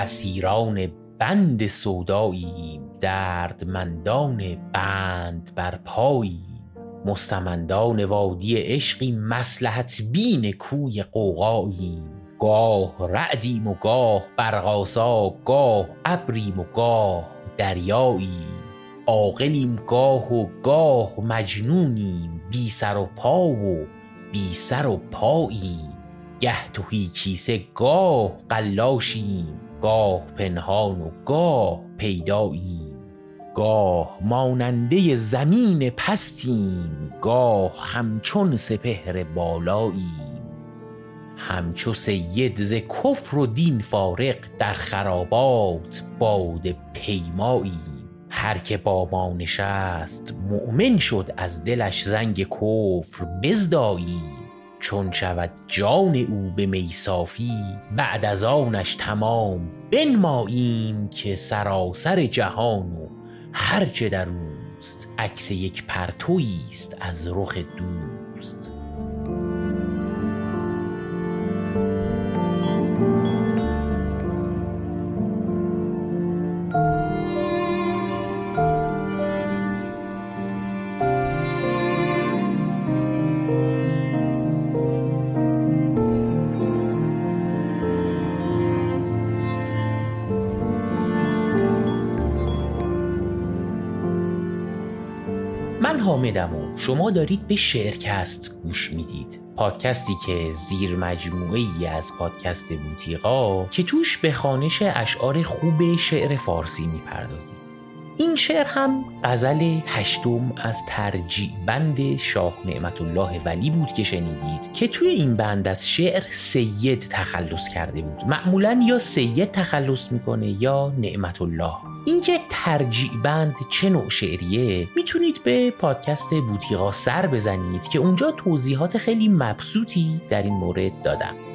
اسیران بند سوداییم، دردمندان بند بر پاییم. مستمندان وادی عشقی، مصلحت بین کوی غوغاییم. گاه رعدیم و گاه برق‌آسا، گاه ابریم و گاه دریاییم. عاقلیم گاه و گاه مجنونیم، بی سر و پا و بی سر و پاییم. گه تهی کیسه گاه قلاشیم، گاه پنهان و گاه پیداییم. گاه ماننده زمین پستیم، گاه همچون سپهر بالاییم. همچو سید ز کفر و دین فارغ، در خرابات باده پیماییم. هر که با ما نشست مؤمن شد، از دلش زنگ کفر بزداییم. چون شود جان او به می صافی، بعد از آنش تمام بنماییم. که سراسر جهان و هر چه در اوست، عکس یک پرتویی است از رخ دوست. من حامدم و شما دارید به شعرکست گوش میدید، پادکستی که زیر مجموعه ای از پادکست بوتیقا که توش به خوانش اشعار خوب شعر فارسی میپردازیم. این شعر هم غزل 8 از ترجیع بند شاه نعمت الله ولی بود که شنیدید، که توی این بند از شعر سید تخلص کرده بود. معمولا یا سید تخلص میکنه یا نعمت الله. اینکه ترجیع بند چه نوع شعریه میتونید به پادکست بوتیقا سر بزنید که اونجا توضیحات خیلی مبسوطی در این مورد دادم.